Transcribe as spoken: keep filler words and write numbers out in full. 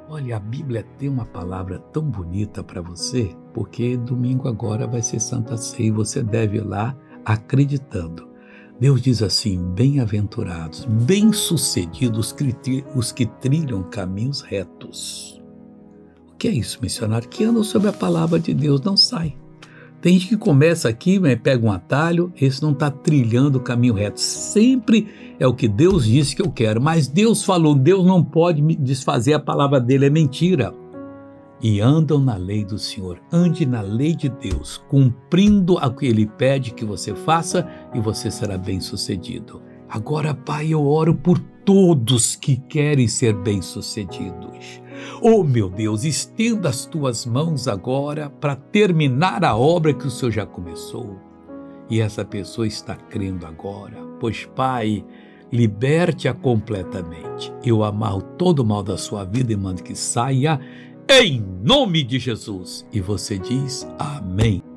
Olha, a Bíblia tem uma palavra tão bonita para você, porque domingo agora vai ser Santa Ceia e você deve ir lá acreditando. Deus diz assim: bem-aventurados, bem-sucedidos os que trilham caminhos retos. O que é isso, missionário? Que andam sobre a palavra de Deus, não sai. Tem gente que começa aqui, mas pega um atalho, esse não está trilhando o caminho reto. Sempre é o que Deus disse que eu quero, mas Deus falou, Deus não pode me desfazer a palavra dele, é mentira. E andam na lei do Senhor, ande na lei de Deus, cumprindo o que ele pede que você faça e você será bem-sucedido. Agora, Pai, eu oro por todos que querem ser bem-sucedidos. Oh, meu Deus, estenda as tuas mãos agora para terminar a obra que o Senhor já começou. E essa pessoa está crendo agora, pois, Pai, liberte-a completamente. Eu amarro todo o mal da sua vida e mando que saia em nome de Jesus. E você diz amém.